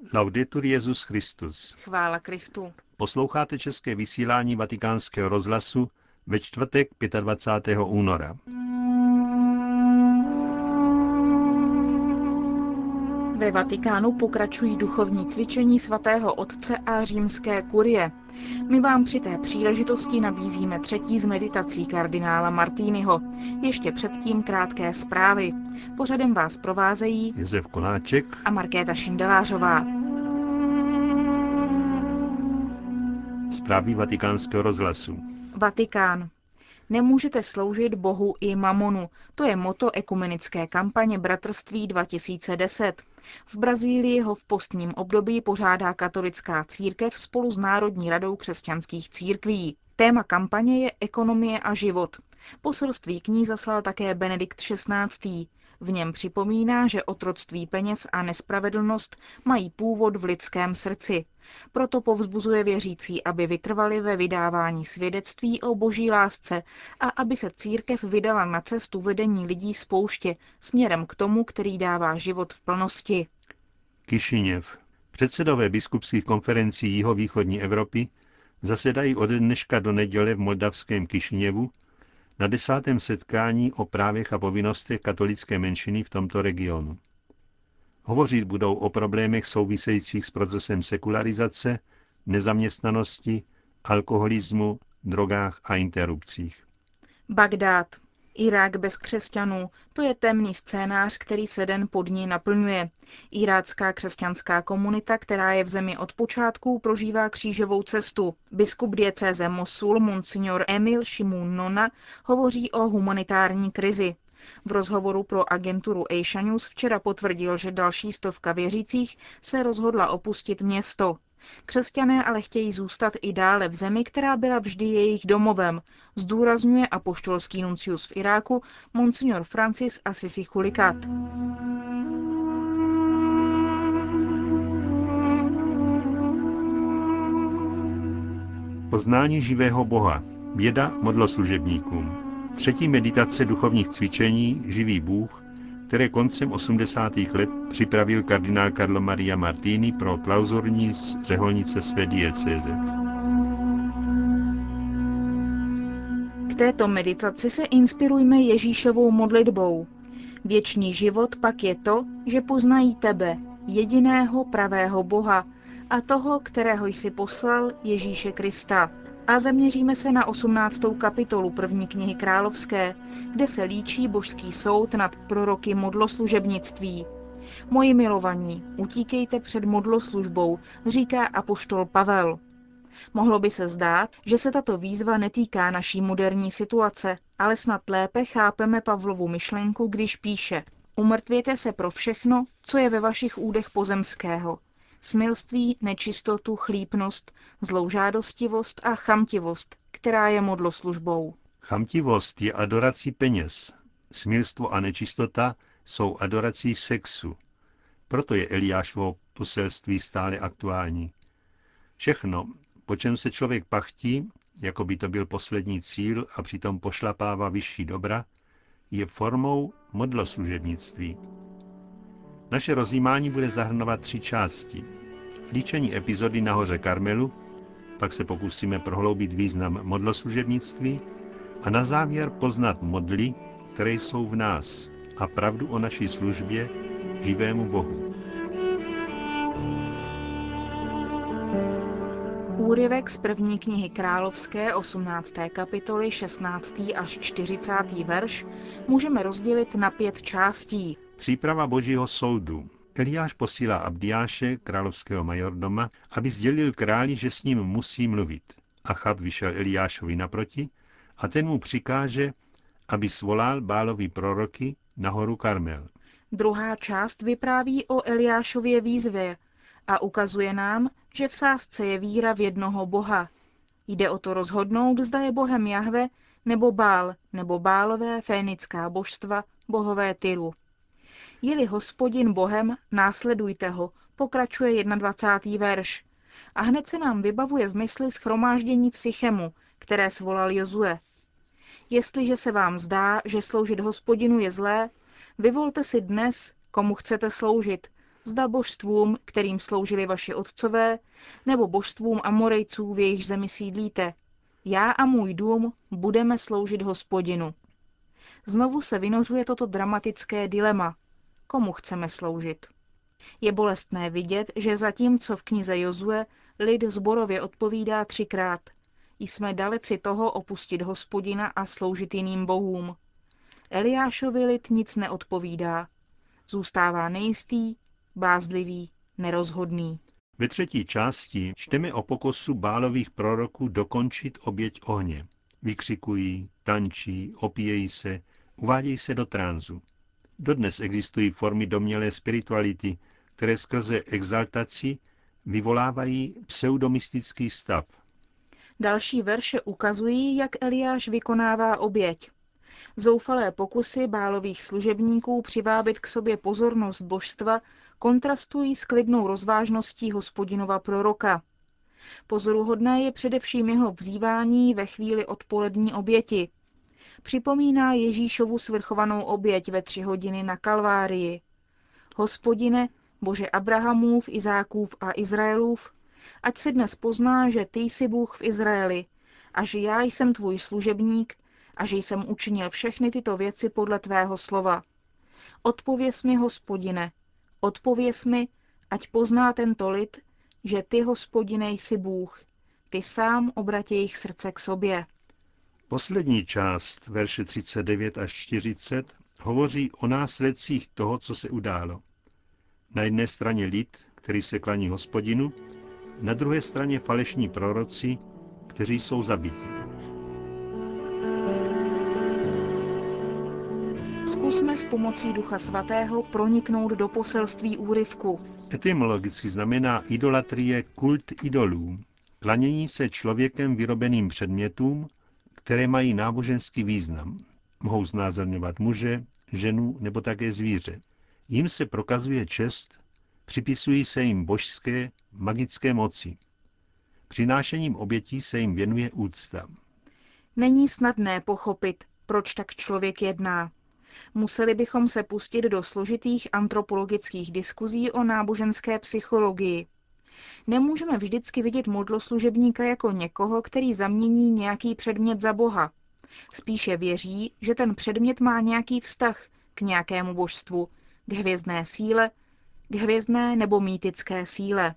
Laudetur Jesus Christus. Chvála Kristu. Posloucháte české vysílání Vatikánského rozhlasu ve čtvrtek 25. února. Ve Vatikánu pokračují duchovní cvičení svatého otce a římské kurie. My vám při té příležitosti nabízíme třetí z meditací kardinála Martiniho. Ještě předtím krátké zprávy. Pořadem vás provázejí Josef Koláček a Markéta Šindelářová. Zprávy Vatikánského rozhlasu. Vatikán. Nemůžete sloužit Bohu i mamonu. To je motto ekumenické kampaně Bratrství 2010. V Brazílii ho v postním období pořádá katolická církev spolu s Národní radou křesťanských církví. Téma kampaně je ekonomie a život. Poselství k ní zaslal také Benedikt XVI. V něm připomíná, že otroctví peněz a nespravedlnost mají původ v lidském srdci. Proto povzbuzuje věřící, aby vytrvali ve vydávání svědectví o boží lásce a aby se církev vydala na cestu vedení lidí z pouště směrem k tomu, který dává život v plnosti. Kišiněv. Předsedové biskupských konferencí jihovýchodní Evropy zasedají ode dneška do neděle v moldavském Kišiněvu na 10. setkání o právech a povinnostech katolické menšiny v tomto regionu. Hovořit budou o problémech souvisejících s procesem sekularizace, nezaměstnanosti, alkoholismu, drogách a interrupcích. Bagdád. Irák bez křesťanů, to je temný scénář, který se den po dni naplňuje. Irácká křesťanská komunita, která je v zemi od počátku, prožívá křížovou cestu. Biskup diecéze Mosul, monsignor Emil Šimun Nona, hovoří o humanitární krizi. V rozhovoru pro agenturu Asia News včera potvrdil, že další stovka věřících se rozhodla opustit město. Křesťané ale chtějí zůstat i dále v zemi, která byla vždy jejich domovem, zdůrazňuje apoštolský nuncius v Iráku monsignor Francis Assisi Chulikat. Poznání živého Boha. Běda modloslužebníkům. Třetí meditace duchovních cvičení Živý Bůh, které koncem 80. let připravil kardinál Carlo Maria Martini pro klauzurní řeholnice své diecéze. K této meditaci se inspirujme Ježíšovou modlitbou. Věčný život pak je to, že poznají tebe, jediného pravého Boha, a toho, kterého jsi poslal, Ježíše Krista. A zaměříme se na 18. kapitolu první knihy Královské, kde se líčí božský soud nad proroky modloslužebnictví. Moji milovaní, utíkejte před modloslužbou, říká apoštol Pavel. Mohlo by se zdát, že se tato výzva netýká naší moderní situace, ale snad lépe chápeme Pavlovu myšlenku, když píše: Umrtvěte se pro všechno, co je ve vašich údech pozemského. Smilství, nečistotu, chlípnost, zloužádostivost a chamtivost, která je modloslužbou. Chamtivost je adorací peněz. Smilstvo a nečistota jsou adorací sexu. Proto je Eliášovo poselství stále aktuální. Všechno, po čem se člověk pachtí, jako by to byl poslední cíl a přitom pošlapává vyšší dobra, je formou modloslužebnictví. Naše rozjímání bude zahrnovat 3 části. Líčení epizody na hoře Karmelu, pak se pokusíme prohloubit význam modloslužebnictví a na závěr poznat modly, které jsou v nás, a pravdu o naší službě živému Bohu. Úryvek z první knihy Královské 18. kapitoly 16. až 40. verš můžeme rozdělit na 5 částí. Příprava božího soudu. Eliáš posílá Abdiáše, královského majordoma, aby sdělil králi, že s ním musí mluvit. Achab vyšel Eliášovi naproti a ten mu přikáže, aby svolal Bálovi proroky na horu Karmel. Druhá část vypráví o Eliášově výzvě a ukazuje nám, že v sázce je víra v jednoho Boha. Jde o to rozhodnout, zda je Bohem Jahve nebo Bál, nebo Bálové fénická božstva, bohové Tyru. Je-li Hospodin Bohem, následujte ho, pokračuje 21. verš. A hned se nám vybavuje v mysli shromáždění v Sychemu, které svolal Jozue. Jestliže se vám zdá, že sloužit Hospodinu je zlé, vyvolte si dnes, komu chcete sloužit, zda božstvům, kterým sloužili vaši otcové, nebo božstvům Amorejců, v jejich zemi sídlíte. Já a můj dům budeme sloužit Hospodinu. Znovu se vynořuje toto dramatické dilema. Komu chceme sloužit? Je bolestné vidět, že zatímco v knize Jozue lid zborově odpovídá 3krát. Jsme daleci toho opustit Hospodina a sloužit jiným bohům. Eliášovi lid nic neodpovídá. Zůstává nejistý, bázlivý, nerozhodný. Ve 3. části čteme o pokusu Bálových proroků dokončit oběť ohně. Vykřikují, tančí, opíjejí se, uvádějí se do tránzu. Dodnes existují formy domnělé spirituality, které skrze exaltaci vyvolávají pseudomystický stav. Další verše ukazují, jak Eliáš vykonává oběť. Zoufalé pokusy Bálových služebníků přivábit k sobě pozornost božstva kontrastují s klidnou rozvážností Hospodinova proroka. Pozoruhodné je především jeho vzývání ve chvíli odpolední oběti. Připomíná Ježíšovu svrchovanou oběť ve 3 hodiny na Kalvárii. Hospodine, Bože Abrahamův, Izákův a Izraelův, ať se dnes pozná, že ty jsi Bůh v Izraeli a že já jsem tvůj služebník a že jsem učinil všechny tyto věci podle tvého slova. Odpověz mi, Hospodine, odpověz mi, ať pozná tento lid, že ty, Hospodine, jsi Bůh, ty sám obratí jejich srdce k sobě. Poslední část, verše 39 až 40, hovoří o následcích toho, co se událo. Na jedné straně lid, který se klaní Hospodinu, na druhé straně falešní proroci, kteří jsou zabiti. Zkusme s pomocí Ducha Svatého proniknout do poselství úryvku. Etymologicky znamená idolatrie kult idolů, klanění se člověkem vyrobeným předmětům, které mají náboženský význam. Mohou znázorňovat muže, ženu nebo také zvíře. Jim se prokazuje čest, připisují se jim božské, magické moci. Přinášením obětí se jim věnuje úcta. Není snadné pochopit, proč tak člověk jedná. Museli bychom se pustit do složitých antropologických diskuzí o náboženské psychologii. Nemůžeme vždycky vidět modloslužebníka jako někoho, který zamění nějaký předmět za Boha. Spíše věří, že ten předmět má nějaký vztah k nějakému božstvu, k hvězdné síle, k hvězdné nebo mýtické síle.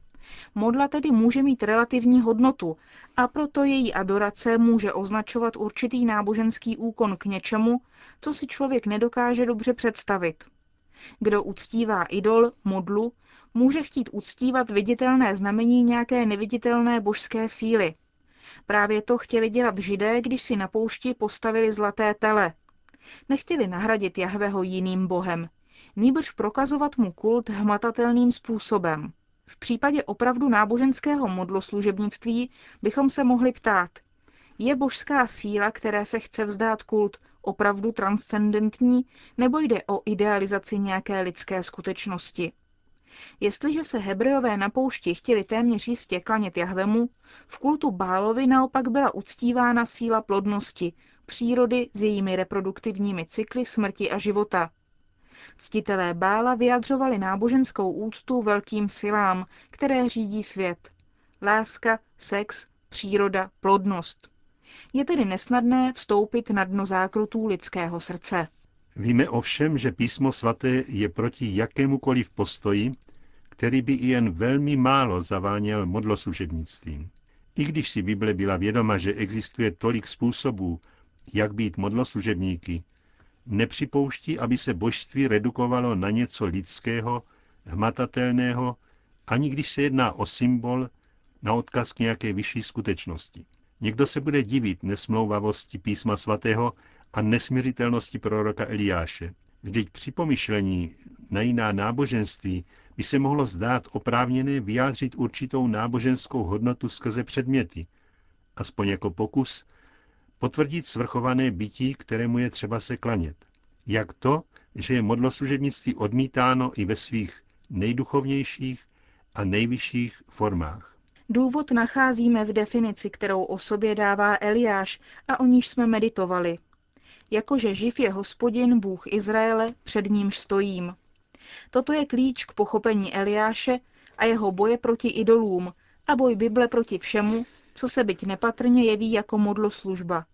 Modla tedy může mít relativní hodnotu a proto její adorace může označovat určitý náboženský úkon k něčemu, co si člověk nedokáže dobře představit. Kdo uctívá idol, modlu, může chtít uctívat viditelné znamení nějaké neviditelné božské síly. Právě to chtěli dělat Židé, když si na poušti postavili zlaté tele. Nechtěli nahradit Jahveho jiným bohem, nýbrž prokazovat mu kult hmatatelným způsobem. V případě opravdu náboženského modloslužebnictví bychom se mohli ptát, je božská síla, které se chce vzdát kult, opravdu transcendentní, nebo jde o idealizaci nějaké lidské skutečnosti? Jestliže se Hebrejové na poušti chtěli téměř jistě klanět Jahvemu, v kultu Bálovi naopak byla uctívána síla plodnosti, přírody s jejími reproduktivními cykly smrti a života. Ctitelé Bála vyjadřovali náboženskou úctu velkým silám, které řídí svět. Láska, sex, příroda, plodnost. Je tedy nesnadné vstoupit na dno zákrutů lidského srdce. Víme ovšem, že Písmo svaté je proti jakémukoliv postoji, který by i jen velmi málo zaváněl modloslužebnictvím. I když si Bible byla vědoma, že existuje tolik způsobů, jak být modloslužebníky, nepřipouští, aby se božství redukovalo na něco lidského, hmatatelného, ani když se jedná o symbol, na odkaz k nějaké vyšší skutečnosti. Někdo se bude divit nesmlouvavosti Písma svatého a nesmiřitelnosti proroka Eliáše. Vždyť při pomyšlení na jiná náboženství by se mohlo zdát oprávněné vyjádřit určitou náboženskou hodnotu skrze předměty, aspoň jako pokus potvrdit svrchované bytí, kterému je třeba se klanět. Jak to, že je modloslužebnictví odmítáno i ve svých nejduchovnějších a nejvyšších formách. Důvod nacházíme v definici, kterou o sobě dává Eliáš a o níž jsme meditovali. Jakože živ je Hospodin, Bůh Izraele, před nímž stojím. Toto je klíč k pochopení Eliáše a jeho boje proti idolům a boj Bible proti všemu, co se byť nepatrně jeví jako modloslužba.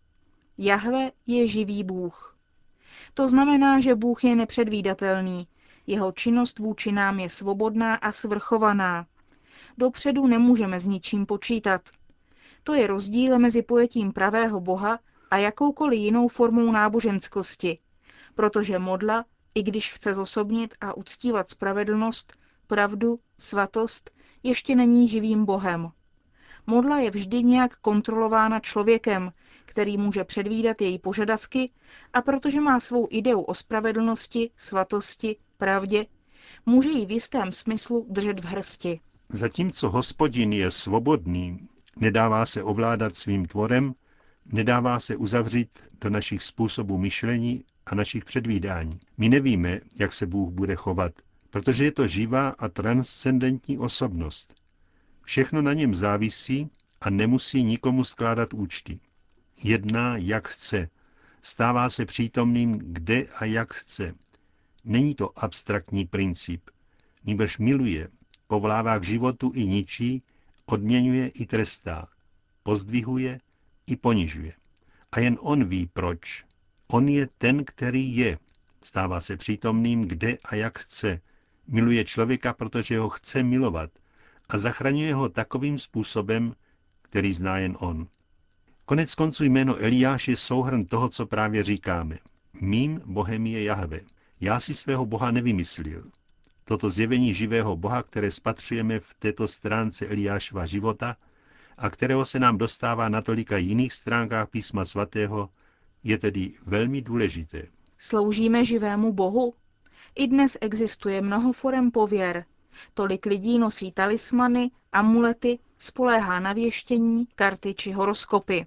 Jahve je živý Bůh. To znamená, že Bůh je nepředvídatelný, jeho činnost vůči nám je svobodná a svrchovaná. Dopředu nemůžeme s ničím počítat. To je rozdíl mezi pojetím pravého Boha a jakoukoliv jinou formou náboženskosti, protože modla, i když chce zosobnit a uctívat spravedlnost, pravdu, svatost, ještě není živým Bohem. Modla je vždy nějak kontrolována člověkem, který může předvídat její požadavky, a protože má svou ideu o spravedlnosti, svatosti, pravdě, může ji v jistém smyslu držet v hrsti. Zatímco Hospodin je svobodný, nedává se ovládat svým tvorem, nedává se uzavřít do našich způsobů myšlení a našich předvídání. My nevíme, jak se Bůh bude chovat, protože je to živá a transcendentní osobnost. Všechno na něm závisí a nemusí nikomu skládat účty. Jedná, jak chce. Stává se přítomným, kde a jak chce. Není to abstraktní princip. Nýbrž miluje, povolává k životu i ničí, odměňuje i trestá, pozdvihuje i ponižuje. A jen on ví proč. On je ten, který je. Stává se přítomným, kde a jak chce. Miluje člověka, protože ho chce milovat a zachraňuje ho takovým způsobem, který zná jen on. Konec konců jméno Eliáš je souhrn toho, co právě říkáme. Mým Bohem je Jahve. Já si svého Boha nevymyslil. Toto zjevení živého Boha, které spatřujeme v této stránce Eliášova života a kterého se nám dostává na tolika jiných stránkách písma svatého, je tedy velmi důležité. Sloužíme živému Bohu? I dnes existuje mnoho forem pověr. Tolik lidí nosí talismany, amulety, spoléhá na věštění, karty či horoskopy.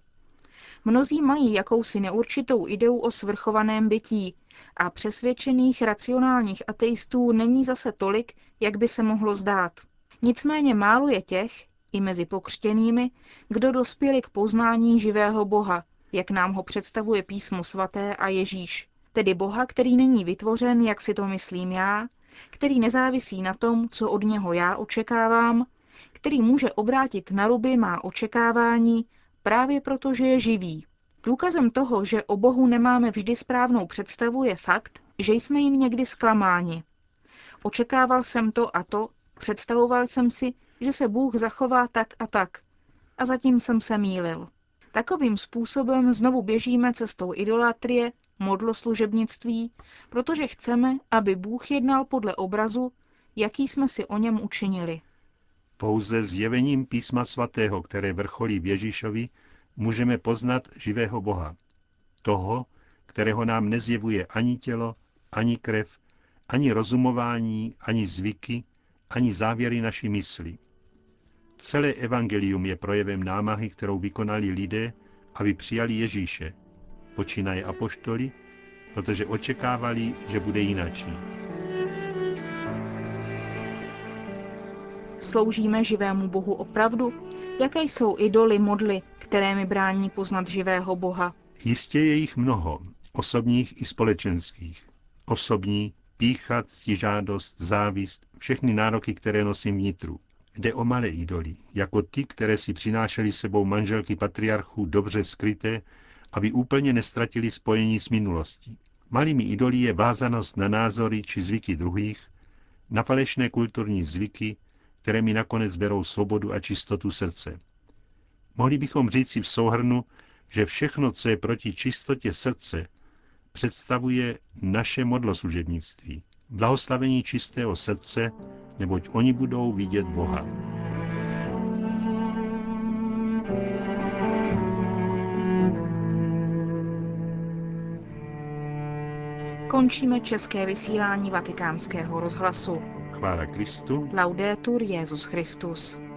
Mnozí mají jakousi neurčitou ideu o svrchovaném bytí a přesvědčených racionálních ateistů není zase tolik, jak by se mohlo zdát. Nicméně málo je těch, i mezi pokřtěnými, kdo dospěli k poznání živého Boha, jak nám ho představuje Písmo svaté a Ježíš. Tedy Boha, který není vytvořen, jak si to myslím já, který nezávisí na tom, co od něho já očekávám, který může obrátit na ruby má očekávání právě proto, že je živý. Důkazem toho, že o Bohu nemáme vždy správnou představu, je fakt, že jsme jim někdy zklamáni. Očekával jsem to a to, představoval jsem si, že se Bůh zachová tak a tak. A zatím jsem se mýlil. Takovým způsobem znovu běžíme cestou idolatrie, modloslužebnictví, protože chceme, aby Bůh jednal podle obrazu, jaký jsme si o něm učinili. Pouze zjevením písma svatého, které vrcholí v Ježíšovi, můžeme poznat živého Boha. Toho, kterého nám nezjevuje ani tělo, ani krev, ani rozumování, ani zvyky, ani závěry naší mysli. Celé evangelium je projevem námahy, kterou vykonali lidé, aby přijali Ježíše. Počínaje apoštoly, protože očekávali, že bude jinačí. Sloužíme živému Bohu opravdu? Jaké jsou idoly, modly, které mi brání poznat živého Boha? Jistě je jich mnoho, osobních i společenských. Osobní, pýcha, ctižádost, závist, všechny nároky, které nosím vnitru. Jde o malé idoly, jako ty, které si přinášely sebou manželky patriarchů dobře skryté, aby úplně nestratili spojení s minulostí. Malými idoly je vázanost na názory či zvyky druhých, na falešné kulturní zvyky, které mi nakonec berou svobodu a čistotu srdce. Mohli bychom říci v souhrnu, že všechno, co je proti čistotě srdce, představuje naše modloslužebnictví. Blahoslavení čistého srdce, neboť oni budou vidět Boha. Končíme české vysílání Vatikánského rozhlasu. Chvála Kristu. Laudetur Jesus Christus.